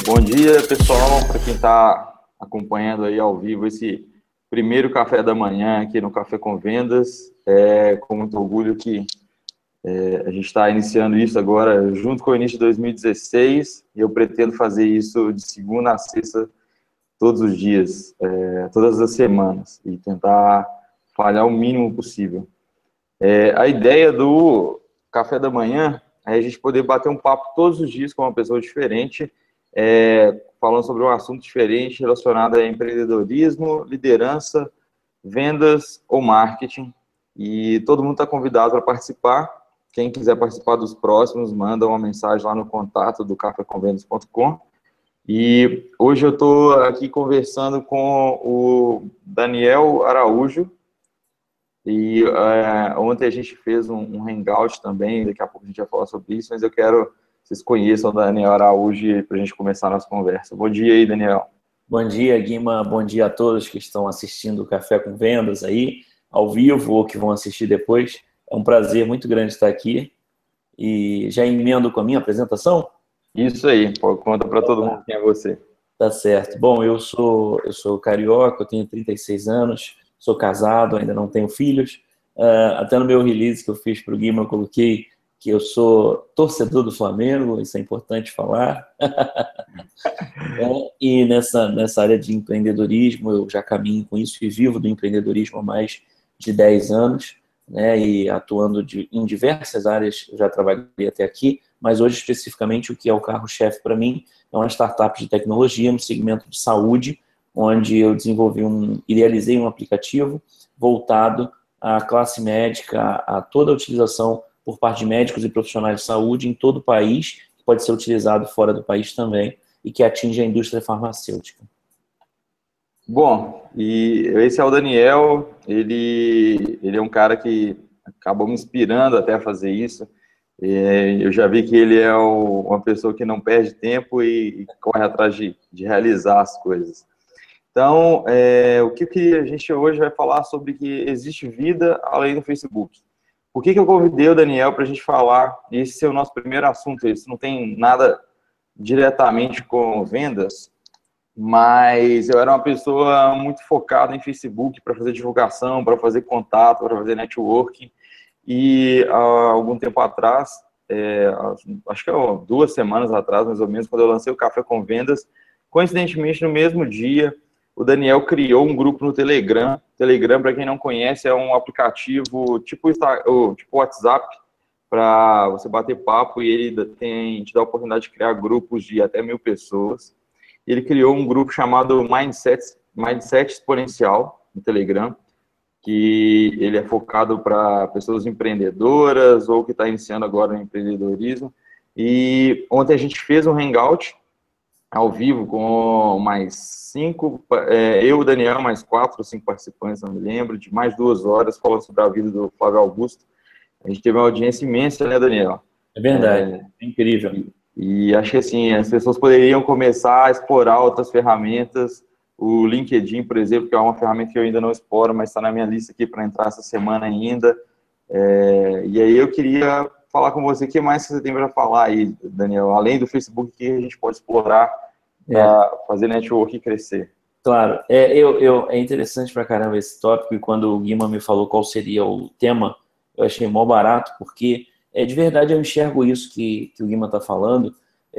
Bom dia, pessoal, para quem está acompanhando aí ao vivo esse primeiro café da manhã aqui no Café com Vendas. É com muito orgulho que a gente está iniciando isso agora junto com o início de 2016 e eu pretendo fazer isso de segunda a sexta todos os dias, todas as semanas e tentar falhar o mínimo possível. A ideia do café da manhã é a gente poder bater um papo todos os dias com uma pessoa diferente, falando sobre um assunto diferente relacionado a empreendedorismo, liderança, vendas ou marketing. E todo mundo está convidado para participar. Quem quiser participar dos próximos, manda uma mensagem lá no contato do cafecomvendas.com. E hoje eu estou aqui conversando com o Daniel Araújo. E ontem a gente fez um hangout também, daqui a pouco a gente vai falar sobre isso, mas eu quero que vocês conheçam o Daniel Araújo para a gente começar a nossa conversa. Bom dia aí, Daniel. Bom dia, Guima. Bom dia a todos que estão assistindo o Café com Vendas aí, ao vivo ou que vão assistir depois. É um prazer muito grande estar aqui. E já emendo com a minha apresentação? Isso aí, pô, conta para todo mundo quem é você. Tá certo. Bom, eu sou carioca, eu tenho 36 anos, sou casado, ainda não tenho filhos. Até no meu release que eu fiz para o Guima, eu coloquei que eu sou torcedor do Flamengo, isso é importante falar. E nessa área de empreendedorismo, eu já caminho com isso e vivo do empreendedorismo há mais de 10 anos, né, e atuando em diversas áreas, eu já trabalhei até aqui, mas hoje especificamente o que é o carro-chefe para mim é uma startup de tecnologia no segmento de saúde, onde eu idealizei um aplicativo voltado à classe médica, a toda a utilização por parte de médicos e profissionais de saúde em todo o país, que pode ser utilizado fora do país também, e que atinge a indústria farmacêutica. Bom, e esse é o Daniel, ele é um cara que acabou me inspirando até a fazer isso. Eu já vi que ele é uma pessoa que não perde tempo e corre atrás de realizar as coisas. Então, o que a gente hoje vai falar sobre que existe vida além do Facebook. Por que eu convidei o Daniel para a gente falar? Esse é o nosso primeiro assunto, isso não tem nada diretamente com vendas, mas eu era uma pessoa muito focada em Facebook para fazer divulgação, para fazer contato, para fazer networking. E há algum tempo atrás, acho que 2 semanas atrás, mais ou menos, quando eu lancei o Café com Vendas, coincidentemente no mesmo dia, o Daniel criou um grupo no Telegram. Telegram, para quem não conhece, é um aplicativo tipo WhatsApp, para você bater papo, e ele te dá a oportunidade de criar grupos de até 1.000 pessoas. Ele criou um grupo chamado Mindset Exponencial no Telegram, que ele é focado para pessoas empreendedoras ou que está iniciando agora no empreendedorismo. E ontem a gente fez um hangout ao vivo com mais 5, eu, o Daniel, mais 4 ou 5 participantes, não me lembro, de mais 2 horas, falando sobre a vida do Flávio Augusto. A gente teve uma audiência imensa, né, Daniel? É verdade, é incrível. E acho que assim, as pessoas poderiam começar a explorar outras ferramentas. O LinkedIn, por exemplo, que é uma ferramenta que eu ainda não exploro, mas está na minha lista aqui para entrar essa semana ainda. E aí eu queria falar com você, o que mais você tem para falar aí, Daniel? Além do Facebook, que a gente pode explorar para fazer network crescer? Claro, é interessante pra caramba esse tópico, e quando o Guima me falou qual seria o tema, eu achei mó barato, porque de verdade eu enxergo isso que o Guima está falando.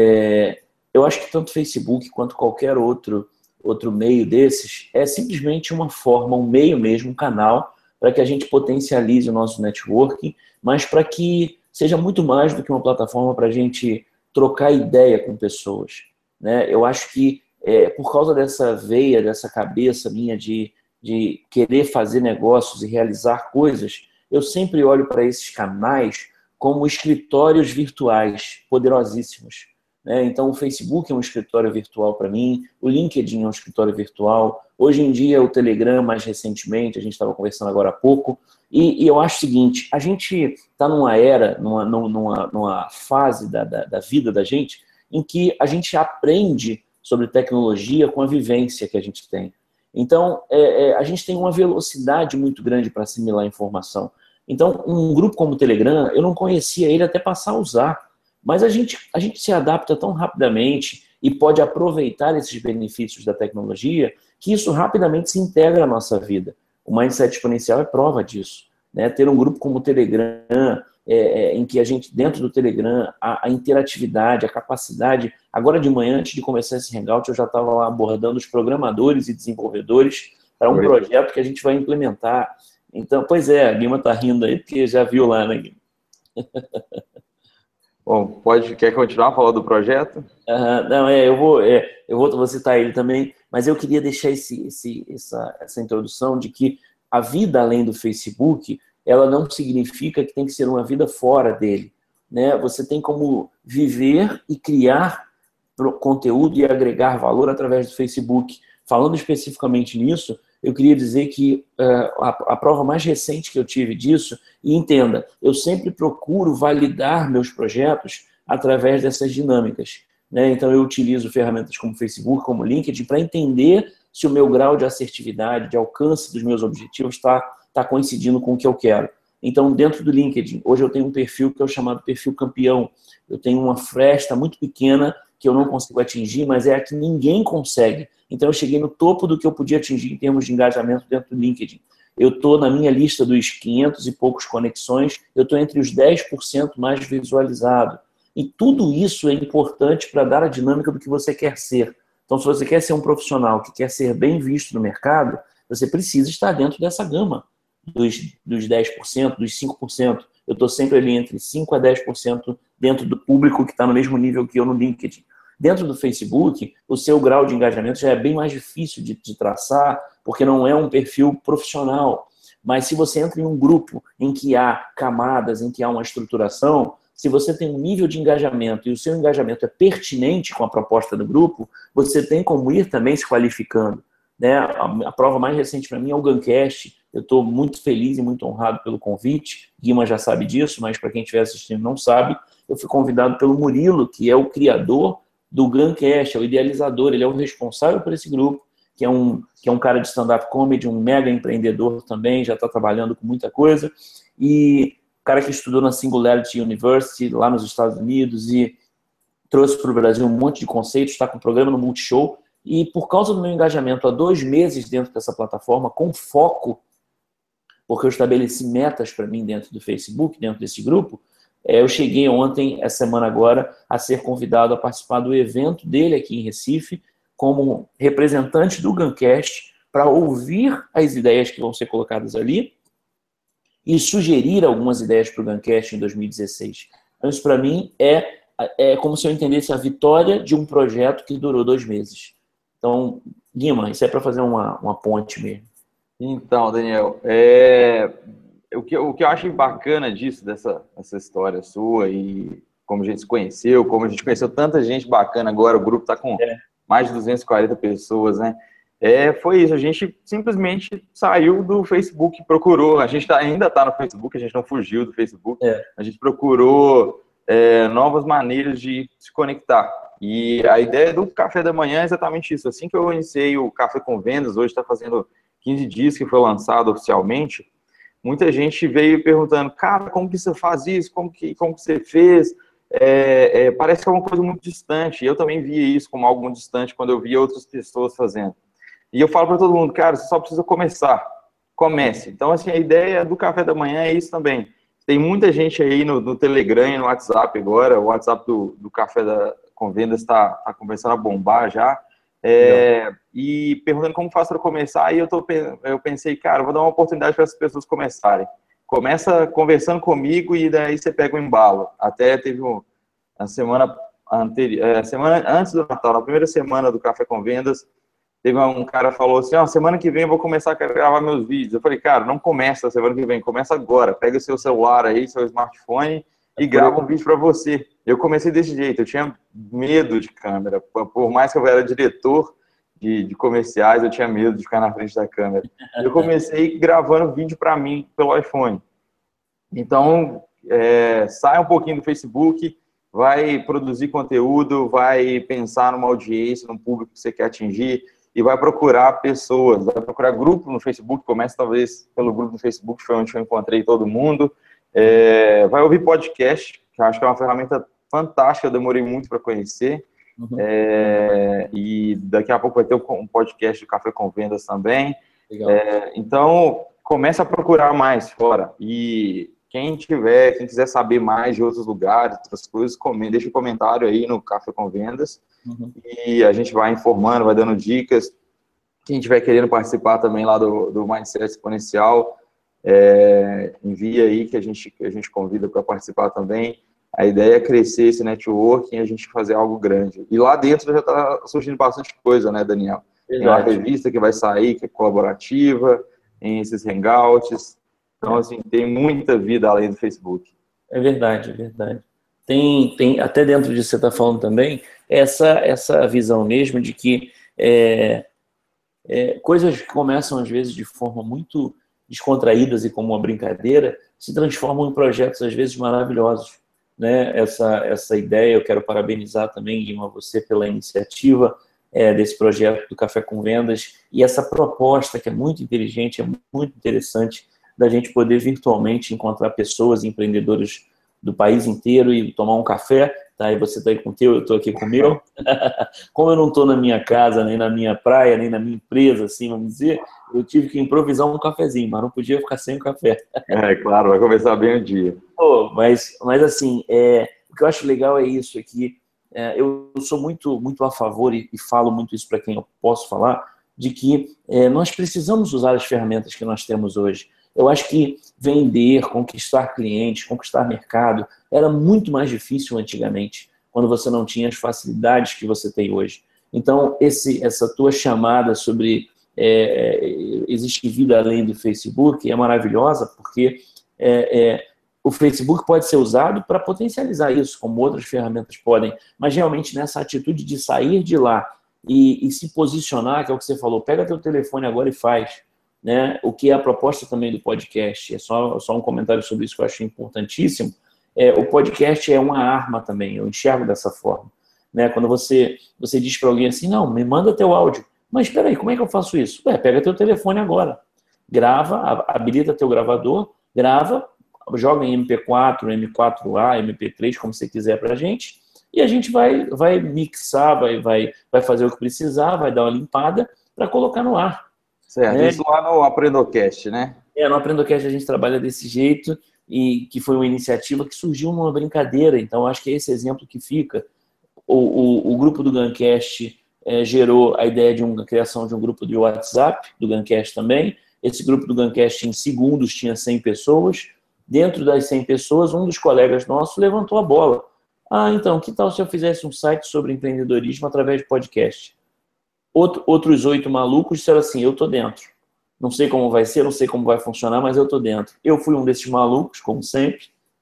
Eu acho que tanto o Facebook quanto qualquer outro meio desses é simplesmente uma forma, um meio mesmo, um canal, para que a gente potencialize o nosso networking, mas para que seja muito mais do que uma plataforma para a gente trocar ideia com pessoas, né? Eu acho que por causa dessa veia, dessa cabeça minha de querer fazer negócios e realizar coisas, eu sempre olho para esses canais como escritórios virtuais poderosíssimos, né? Então, o Facebook é um escritório virtual para mim, o LinkedIn é um escritório virtual, hoje em dia o Telegram, mais recentemente, a gente estava conversando agora há pouco, e eu acho o seguinte, a gente está numa era, numa fase da vida da gente, em que a gente aprende sobre tecnologia com a vivência que a gente tem. Então, a gente tem uma velocidade muito grande para assimilar informação. Então, um grupo como o Telegram, eu não conhecia ele até passar a usar, mas a gente se adapta tão rapidamente, e pode aproveitar esses benefícios da tecnologia, que isso rapidamente se integra à nossa vida. O Mindset Exponencial é prova disso, né? Ter um grupo como o Telegram, em que a gente, dentro do Telegram, a interatividade, a capacidade... Agora de manhã, antes de começar esse Hangout, eu já estava lá abordando os programadores e desenvolvedores para um projeto que a gente vai implementar. Então, pois é, a Guima está rindo aí, porque já viu lá, né, Guima? Bom, quer continuar falando do projeto? Não, vou citar ele também, mas eu queria deixar essa introdução de que a vida além do Facebook, ela não significa que tem que ser uma vida fora dele, né? Você tem como viver e criar conteúdo e agregar valor através do Facebook. Falando especificamente nisso, eu queria dizer que a prova mais recente que eu tive disso, e entenda, eu sempre procuro validar meus projetos através dessas dinâmicas, né? Então eu utilizo ferramentas como Facebook, como LinkedIn, para entender se o meu grau de assertividade, de alcance dos meus objetivos está coincidindo com o que eu quero. Então, dentro do LinkedIn, hoje eu tenho um perfil que é o chamado perfil campeão. Eu tenho uma fresta muito pequena que eu não consigo atingir, mas é a que ninguém consegue. Então, eu cheguei no topo do que eu podia atingir em termos de engajamento dentro do LinkedIn. Eu estou na minha lista dos 500 e poucos conexões, eu estou entre os 10% mais visualizado. E tudo isso é importante para dar a dinâmica do que você quer ser. Então, se você quer ser um profissional que quer ser bem visto no mercado, você precisa estar dentro dessa gama dos 10%, dos 5%. Eu estou sempre ali entre 5% a 10% dentro do público que está no mesmo nível que eu no LinkedIn. Dentro do Facebook, o seu grau de engajamento já é bem mais difícil de traçar, porque não é um perfil profissional. Mas se você entra em um grupo em que há camadas, em que há uma estruturação, se você tem um nível de engajamento e o seu engajamento é pertinente com a proposta do grupo, você tem como ir também se qualificando, né? A prova mais recente para mim é o Guncast. Eu estou muito feliz e muito honrado pelo convite. Guima já sabe disso, mas para quem estiver assistindo não sabe. Eu fui convidado pelo Murilo, que é o criador do Guncast, é o idealizador, ele é o responsável por esse grupo, que é um cara de stand-up comedy, um mega empreendedor também, já está trabalhando com muita coisa, e cara que estudou na Singularity University, lá nos Estados Unidos, e trouxe para o Brasil um monte de conceitos, está com um programa no Multishow, e por causa do meu engajamento há 2 meses dentro dessa plataforma, com foco, porque eu estabeleci metas para mim dentro do Facebook, dentro desse grupo, eu cheguei ontem, essa semana agora, a ser convidado a participar do evento dele aqui em Recife, como representante do Guncast, para ouvir as ideias que vão ser colocadas ali e sugerir algumas ideias para o Guncast em 2016. Então, isso para mim é como se eu entendesse a vitória de um projeto que durou 2 meses. Então, Guima, isso é para fazer uma ponte mesmo. Então, Daniel, o que eu acho bacana disso, dessa história sua, e como a gente se conheceu, como a gente conheceu tanta gente bacana agora, o grupo está com mais de 240 pessoas, né? Foi isso, a gente simplesmente saiu do Facebook, procurou, a gente ainda está no Facebook, a gente não fugiu do Facebook, a gente procurou novas maneiras de se conectar. E a ideia do Café da Manhã é exatamente isso. Assim que eu iniciei o Café com Vendas, hoje está fazendo 15 dias que foi lançado oficialmente, muita gente veio perguntando, cara, como que você faz isso? Como que você fez? Parece que é uma coisa muito distante. Eu também via isso como algo muito distante quando eu via outras pessoas fazendo. E eu falo para todo mundo, cara, você só precisa começar. Comece. Então, assim, a ideia do Café da Manhã é isso também. Tem muita gente aí no Telegram e no WhatsApp agora, o WhatsApp do Café com Vendas está começando a bombar já, e perguntando como faço para começar, e eu pensei, cara, vou dar uma oportunidade para as pessoas começarem. Começa conversando comigo e daí você pega o embalo. Até teve a semana anterior, semana antes do Natal, na primeira semana do Café com Vendas, teve um cara que falou assim, semana que vem eu vou começar a gravar meus vídeos. Eu falei, cara, não começa semana que vem, começa agora. Pega o seu celular aí, seu smartphone e grava um vídeo para você. Eu comecei desse jeito, eu tinha medo de câmera. Por mais que eu era diretor de comerciais, eu tinha medo de ficar na frente da câmera. Eu comecei gravando vídeo para mim pelo iPhone. Então, sai um pouquinho do Facebook, vai produzir conteúdo, vai pensar numa audiência, num público que você quer atingir, e vai procurar pessoas, vai procurar grupo no Facebook, começa talvez pelo grupo no Facebook, foi onde eu encontrei todo mundo, vai ouvir podcast, que eu acho que é uma ferramenta fantástica, eu demorei muito para conhecer, Uhum. E daqui a pouco vai ter um podcast do Café com Vendas também. Legal. Então, comece a procurar mais fora. E quem quiser saber mais de outros lugares, outras coisas, deixa um comentário aí no Café com Vendas. Uhum. E a gente vai informando, vai dando dicas. Quem estiver querendo participar também lá do Mindset Exponencial, envia aí que a gente convida para participar também. A ideia é crescer esse networking e a gente fazer algo grande. E lá dentro já está surgindo bastante coisa, né, Daniel? Verdade. Tem uma revista que vai sair, que é colaborativa, tem esses hangouts. Então, assim, tem muita vida além do Facebook. É verdade, é verdade. Tem até dentro disso que você está falando também, essa visão mesmo de que coisas que começam às vezes de forma muito descontraídas e como uma brincadeira, se transformam em projetos às vezes maravilhosos. Né? Essa ideia, eu quero parabenizar também, Guima, você pela iniciativa desse projeto do Café com Vendas e essa proposta que é muito inteligente, é muito interessante da gente poder virtualmente encontrar pessoas, empreendedores do país inteiro e tomar um café, tá? E você está aí com o teu, eu estou aqui com o meu. Como eu não estou na minha casa, nem na minha praia, nem na minha empresa, assim, vamos dizer, eu tive que improvisar um cafezinho, mas não podia ficar sem o café. Claro, vai começar bem o dia. Mas assim, o que eu acho legal é isso, é que eu sou muito, muito a favor e falo muito isso para quem eu posso falar, de que nós precisamos usar as ferramentas que nós temos hoje. Eu acho que vender, conquistar clientes, conquistar mercado, era muito mais difícil antigamente, quando você não tinha as facilidades que você tem hoje. Então, essa tua chamada sobre existe vida além do Facebook é maravilhosa, porque o Facebook pode ser usado para potencializar isso, como outras ferramentas podem, mas realmente nessa atitude de sair de lá e se posicionar, que é o que você falou, pega teu telefone agora e faz, né? O que é a proposta também do podcast, é só um comentário sobre isso que eu acho importantíssimo, o podcast é uma arma também, eu enxergo dessa forma, né? Quando você diz para alguém assim, não, me manda teu áudio, mas espera aí, como é que eu faço isso? Pega teu telefone agora, grava, habilita teu gravador, grava, joga em MP4, M4A, MP3, como você quiser para a gente, e a gente vai mixar, vai fazer o que precisar, vai dar uma limpada para colocar no ar. Certo, isso lá no Aprendocast, né? No Aprendocast a gente trabalha desse jeito, e que foi uma iniciativa que surgiu numa brincadeira, então acho que é esse exemplo que fica. O grupo do Guncast gerou a ideia de uma criação de um grupo de WhatsApp, do Guncast também. Esse grupo do Guncast, em segundos, tinha 100 pessoas. Dentro das 100 pessoas, um dos colegas nossos levantou a bola. Então, que tal se eu fizesse um site sobre empreendedorismo através de podcast? Outros 8 malucos disseram assim, eu estou dentro. Não sei como vai ser, não sei como vai funcionar, mas eu estou dentro. Eu fui um desses malucos, como sempre.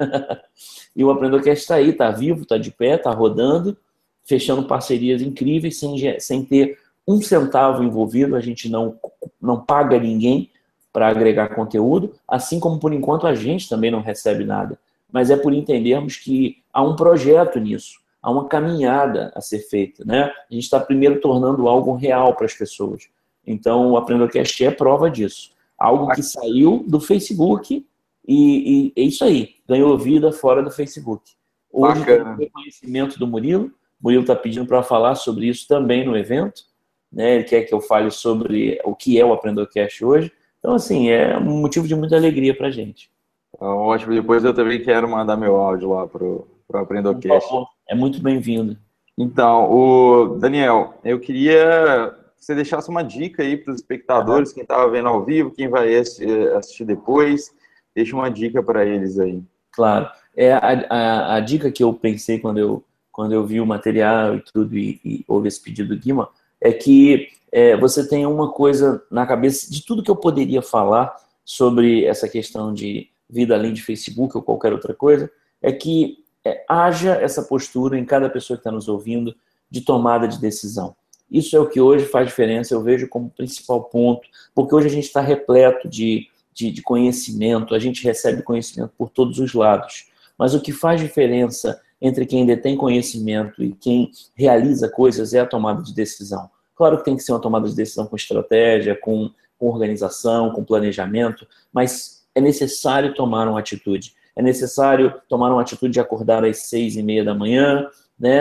E o Aprendocast está aí, está vivo, está de pé, está rodando, fechando parcerias incríveis, sem ter um centavo envolvido. A gente não paga ninguém para agregar conteúdo, assim como, por enquanto, a gente também não recebe nada. Mas é por entendermos que há um projeto nisso, há uma caminhada a ser feita, né? A gente está primeiro tornando algo real para as pessoas. Então, o Aprendocast é prova disso. Algo que saiu do Facebook e é isso aí, ganhou vida fora do Facebook. Hoje tem o reconhecimento do Murilo. O Murilo está pedindo para falar sobre isso também no evento, né? Ele quer que eu fale sobre o que é o Aprendocast hoje. Então, assim, é um motivo de muita alegria para a gente. Ótimo, depois eu também quero mandar meu áudio lá para o Aprendocast. Por favor, é muito bem-vindo. Então, Daniel, eu queria que você deixasse uma dica aí para os espectadores, quem estava vendo ao vivo, quem vai assistir depois, deixa uma dica para eles aí. Claro. A dica que eu pensei quando eu vi o material e tudo, e houve esse pedido do Guima, é que você tenha uma coisa na cabeça de tudo que eu poderia falar sobre essa questão de vida além de Facebook ou qualquer outra coisa, é que haja essa postura em cada pessoa que está nos ouvindo de tomada de decisão. Isso é o que hoje faz diferença, eu vejo como principal ponto, porque hoje a gente está repleto de conhecimento, a gente recebe conhecimento por todos os lados. Mas o que faz diferença entre quem detém conhecimento e quem realiza coisas é a tomada de decisão. Claro que tem que ser uma tomada de decisão com estratégia, com organização, com planejamento, mas é necessário tomar uma atitude. É necessário tomar uma atitude de acordar às 6:30 da manhã, né?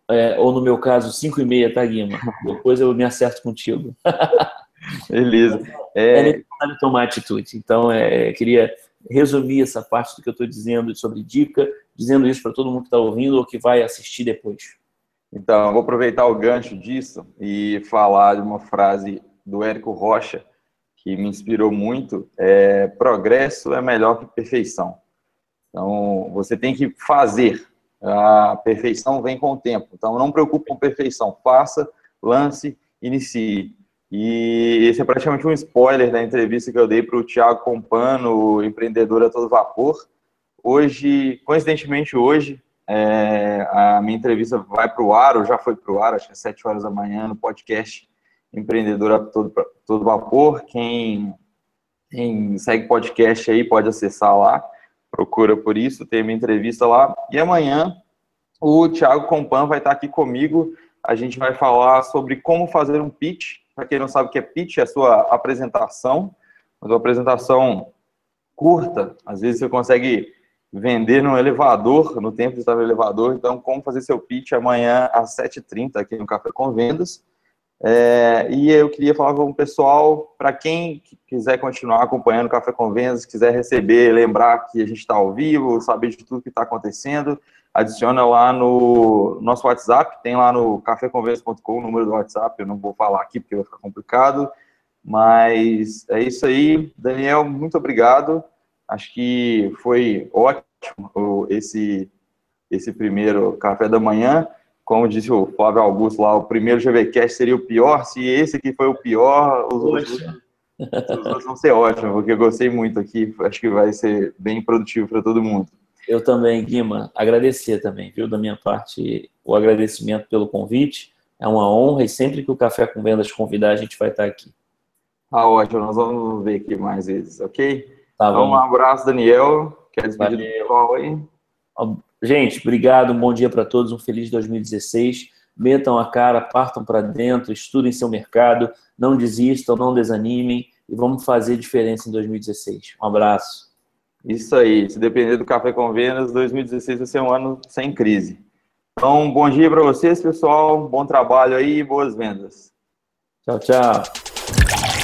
ou no meu caso, 5h30, tá, Guima? Depois eu me acerto contigo. Beleza. É necessário tomar atitude. Então, queria resumir essa parte do que eu estou dizendo sobre dica, dizendo isso para todo mundo que está ouvindo ou que vai assistir depois. Então, eu vou aproveitar o gancho disso e falar de uma frase do Érico Rocha, que me inspirou muito. Progresso é melhor que perfeição. Então, você tem que fazer. A perfeição vem com o tempo. Então, não preocupe com perfeição. Faça, lance, inicie. E esse é praticamente um spoiler da entrevista que eu dei para o Thiago Compano, empreendedor a todo vapor. Hoje, coincidentemente hoje, a minha entrevista vai para o ar, ou já foi para o ar, acho que às 7 horas da manhã, no podcast Empreendedor a todo vapor. Quem segue podcast aí pode acessar lá, procura por isso, tem minha entrevista lá. E amanhã o Thiago Compan vai estar aqui comigo. A gente vai falar sobre como fazer um pitch. Para quem não sabe o que é pitch, é a sua apresentação. Mas uma apresentação curta, às vezes você consegue vender no elevador, no tempo de estar no elevador. Então, como fazer seu pitch amanhã às 7h30 aqui no Café com Vendas. E eu queria falar com o pessoal, para quem quiser continuar acompanhando o Café com Vendas, quiser receber, lembrar que a gente está ao vivo, saber de tudo que está acontecendo, adiciona lá no nosso WhatsApp, tem lá no cafécomvendas.com o número do WhatsApp, eu não vou falar aqui porque vai ficar complicado, mas é isso aí. Daniel, muito obrigado, acho que foi ótimo esse primeiro café da manhã. Como disse o Flávio Augusto lá, o primeiro GVCast seria o pior. Se esse aqui foi o pior, os outros vão ser ótimos, porque eu gostei muito aqui. Acho que vai ser bem produtivo para todo mundo. Eu também, Guima, agradecer também, viu, da minha parte, o agradecimento pelo convite. É uma honra e sempre que o Café com Vendas convidar, a gente vai estar aqui. Ótimo, nós vamos ver aqui mais vezes, ok? Tá então, bom. Um abraço, Daniel. Quer despedir do pessoal aí? Gente, obrigado, um bom dia para todos, um feliz 2016. Metam a cara, partam para dentro, estudem seu mercado, não desistam, não desanimem e vamos fazer diferença em 2016. Um abraço. Isso aí, se depender do Café com Vendas, 2016 vai ser um ano sem crise. Então, bom dia para vocês, pessoal, bom trabalho aí e boas vendas. Tchau, tchau.